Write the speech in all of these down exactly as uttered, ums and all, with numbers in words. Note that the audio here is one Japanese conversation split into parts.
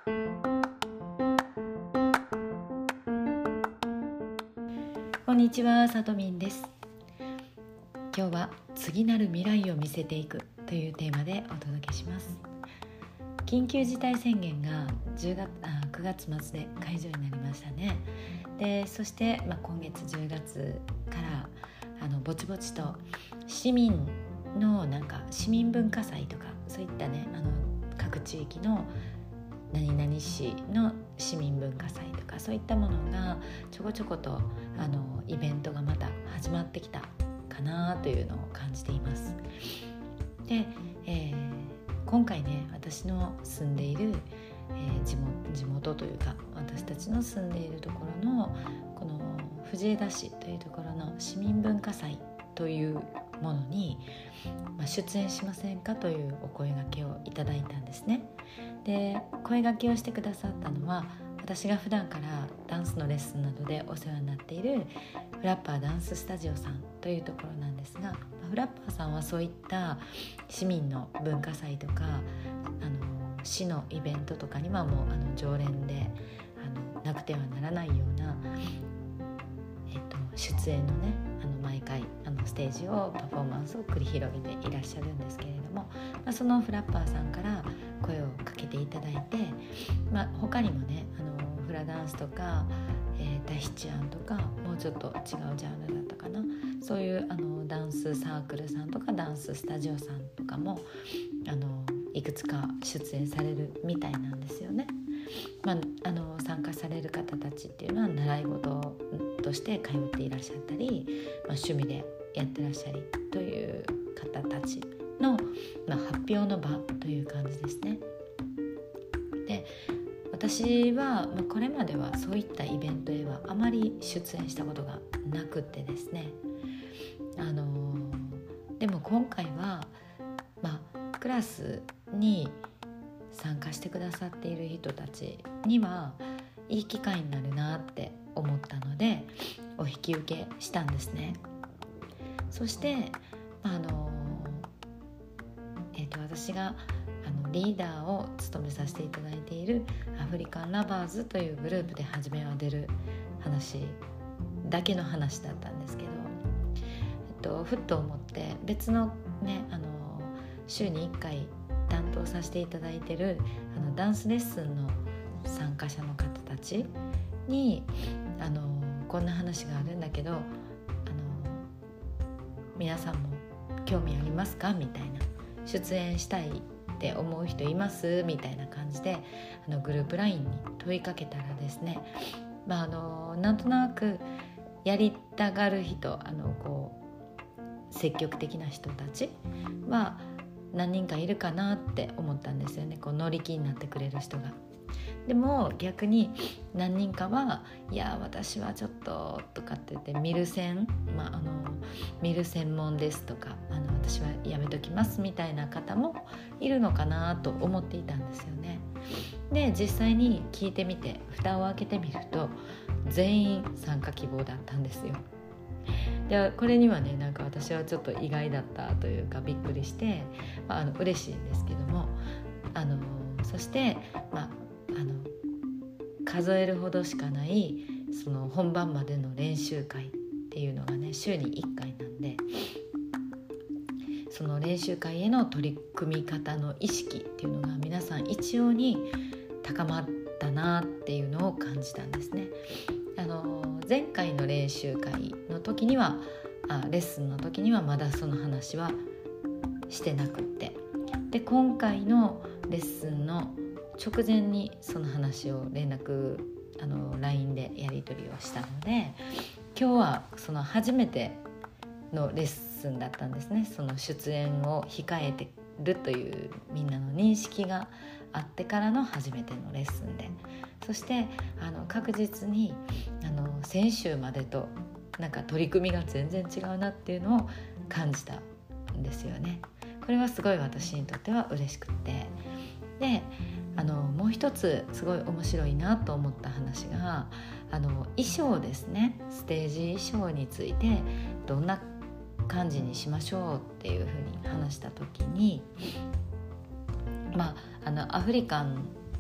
こんにちは、さとみんです。今日は次なる未来を見せていくというテーマでお届けします。緊急事態宣言がじゅうがつあくがつ末で解除になりましたね。でそして、まあ、今月じゅうがつからあのぼちぼちと市民のなんか市民文化祭とかそういったねあの各地域の何々市の市民文化祭とかそういったものがちょこちょことあのイベントがまた始まってきたかなというのを感じています。で、えー、今回ね私の住んでいる、えー、地元、地元というか私たちの住んでいるところのこの藤枝市というところの市民文化祭というものに、まあ、出演しませんかというお声掛けをいただいたんですね。で声掛けをしてくださったのは私が普段からダンスのレッスンなどでお世話になっているフラッパーダンススタジオさんというところなんですが、フラッパーさんはそういった市民の文化祭とかあの市のイベントとかにはもうあの常連であのなくてはならないような、えっと、出演のねあの毎回あのステージをパフォーマンスを繰り広げていらっしゃるんですけれども、まあ、そのフラッパーさんから声をかけていただいて、まあ、他にもねあのフラダンスとか、えー、タヒチアンとかもうちょっと違うジャンルだったかな、そういうあのダンスサークルさんとかダンススタジオさんとかもあのいくつか出演されるみたいなんですよね。まあ、あの参加される方たちっていうのは習い事として通っていらっしゃったり、まあ、趣味でやってらっしゃりという方たちの、まあ、発表の場という感じですね。で私は、まあ、これまではそういったイベントへはあまり出演したことがなくてですね、あのー、でも今回は、まあ、クラスに参加してくださっている人たちにはいい機会になるなって思ったのでお引き受けしたんですね。そして、あのーえー、と私があのリーダーを務めさせていただいているアフリカンラバーズというグループで初めは出る話だけの話だったんですけど、えっと、ふっと思って別のねあの週にいっかい担当させていただいているあのダンスレッスンの参加者の方たちにあのこんな話があるんだけどあの皆さんも興味ありますかみたいな、出演したいって思う人いますみたいな感じであのグループラインに問いかけたらですね、まあ、あのなんとなくやりたがる人あのこう積極的な人たちは何人かいるかなって思ったんですよね。こう乗り気になってくれる人が。でも逆に何人かはいや私はちょっととかって言って見る専、まあ、あの見る専門ですとかあの私はやめときますみたいな方もいるのかなと思っていたんですよね。で実際に聞いてみて蓋を開けてみると全員参加希望だったんですよ。でこれにはねなんか私はちょっと意外だったというかびっくりして、まあ、あの嬉しいんですけどもあのそして、まあ、あの数えるほどしかないその本番までの練習会っていうのがね週にいっかいなんで、その練習会への取り組み方の意識っていうのが皆さん一様に高まったなっていうのを感じたんですね。あの前回の練習会の時にはあレッスンの時にはまだその話はしてなくって、で今回のレッスンの直前にその話を連絡あの ライン でやり取りをしたので、今日はその初めてのレッスンだったんですね。その出演を控えてるというみんなの認識があってからの初めてのレッスンで、そしてあの確実にあの先週までとなんか取り組みが全然違うなっていうのを感じたんですよね。これはすごい私にとっては嬉しくって、であのもう一つすごい面白いなと思った話があの衣装ですね。ステージ衣装についてどんな感じにしましょうっていうふうに話した時に、まあ、あのアフリカン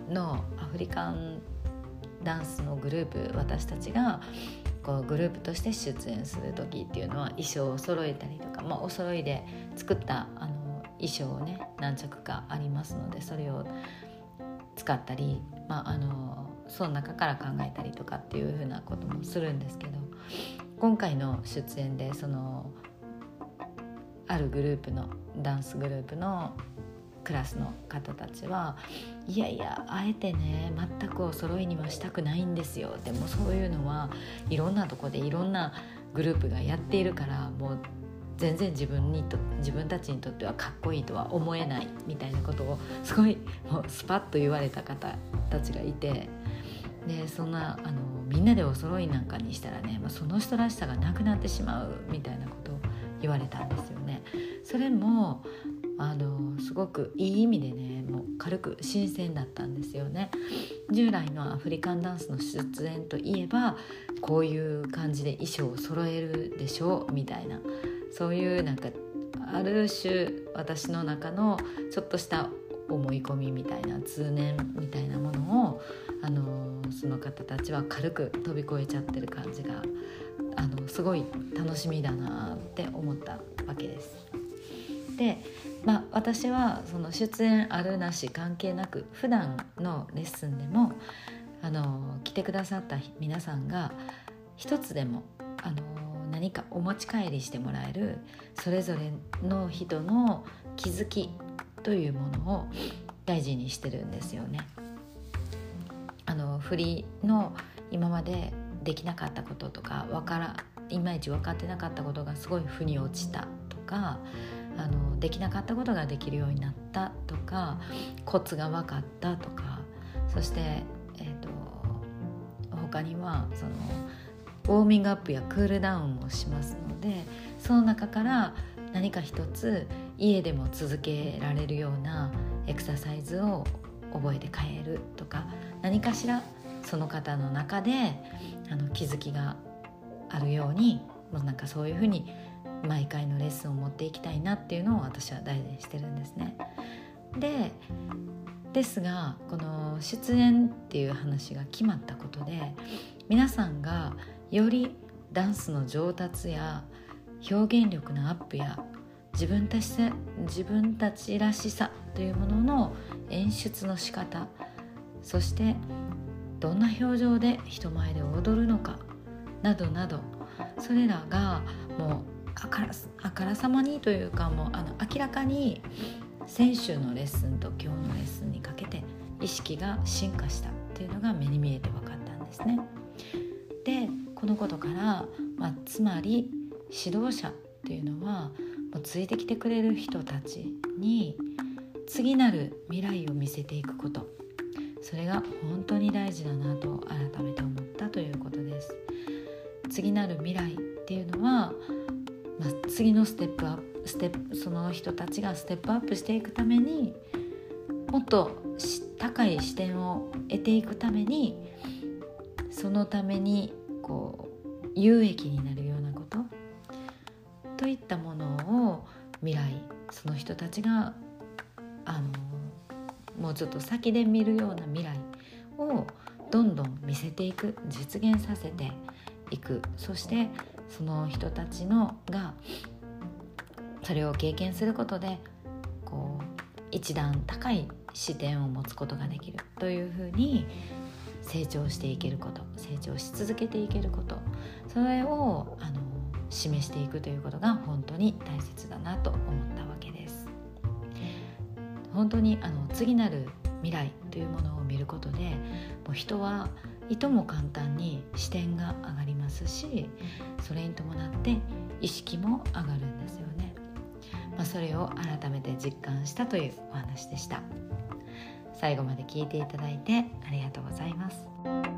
のアフリカンダンスのグループ、私たちがこうグループとして出演する時っていうのは衣装を揃えたりとか、まあ、お揃いで作ったあの衣装をね何着かありますので、それを使ったり、まあ、あのその中から考えたりとかっていう風なこともするんですけど、今回の出演でそのあるグループのダンスグループのクラスの方たちはいやいやあえてね全くお揃いにはしたくないんですよ、でもそういうのはいろんなとこでいろんなグループがやっているから、もう全然自分にと自分たちにとってはかっこいいとは思えないみたいなことをすごいもうスパッと言われた方たちがいて、でそんなあのみんなでお揃いなんかにしたらね、まあ、その人らしさがなくなってしまうみたいなことを言われたんですよね。それもあのすごくいい意味でね、もう軽く新鮮だったんですよね。従来のアフリカンダンスの出演といえばこういう感じで衣装を揃えるでしょうみたいな、そういうなんかある種私の中のちょっとした思い込みみたいな通念みたいなものをあのその方たちは軽く飛び越えちゃってる感じがあのすごい楽しみだなって思ったわけです。で、まあ、私はその出演あるなし関係なく普段のレッスンでもあの来てくださった皆さんが一つでもあの何かお持ち帰りしてもらえるそれぞれの人の気づきというものを大事にしてるんですよね。あの振りの今までできなかったこととかわからいまいち分かってなかったことがすごい腑に落ちたとか、あのできなかったことができるようになったとか、コツが分かったとか、そして、えーと、他にはそのウォーミングアップやクールダウンもしますので、その中から何か一つ家でも続けられるようなエクササイズを覚えて帰るとか、何かしらその方の中であの気づきがあるように、もうなんかそういうふうに毎回のレッスンを持っていきたいなっていうのを私は大事にしてるんですね。で、ですがこの出演っていう話が決まったことで、皆さんがよりダンスの上達や表現力のアップや自分たちさ、自分たちらしさというものの演出の仕方、そしてどんな表情で人前で踊るのかなどなど、それらがもうあから、あからさまにというか、もうあの明らかに先週のレッスンと今日のレッスンにかけて意識が進化したっていうのが目に見えて分かったんですね。で、このことから、まあ、つまり指導者っていうのはもうついてきてくれる人たちに次なる未来を見せていくこと、それが本当に大事だなと改めて思ったということです。次なる未来っていうのは、まあ、次のステップアップステップその人たちがステップアップしていくために、もっと高い視点を得ていくために、そのためにこう有益になるようなことといったものを未来、その人たちがあのもうちょっと先で見るような未来をどんどん見せていく、実現させていく。そしてその人たちのがそれを経験することでこう一段高い視点を持つことができるというふうに成長していけること、成長し続けていけること、それをあの示していくということが本当に大切だなと思ったわけです。本当にあの次なる未来というものを見ることで、もう人はいとも簡単に視点が上がりますし、それに伴って意識も上がるんですよね。まあ、それを改めて実感したというお話でした。最後まで聞いていただいてありがとうございます。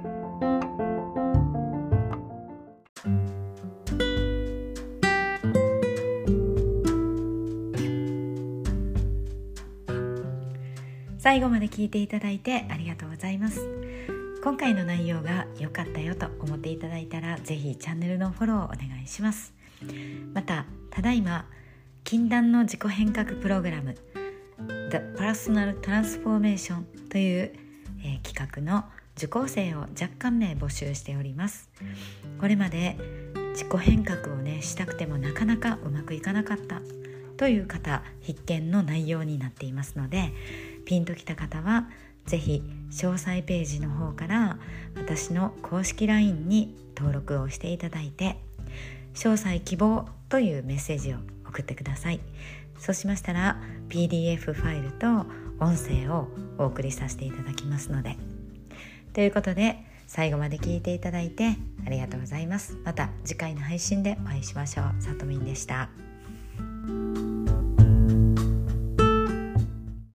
最後まで聞いていただいてありがとうございます。今回の内容が良かったよと思っていただいたら、ぜひチャンネルのフォローをお願いします。また、ただいま禁断の自己変革プログラム The Personal Transformation という、 えー、企画の受講生を若干名募集しております。これまで自己変革をねしたくてもなかなかうまくいかなかったという方必見の内容になっていますので、ピンときた方はぜひ詳細ページの方から私の公式 ライン に登録をしていただいて、詳細希望というメッセージを送ってください。そうしましたら ピーディーエフ ファイルと音声をお送りさせていただきますので。ということで最後まで聞いていただいてありがとうございます。また次回の配信でお会いしましょう。さとみんでした。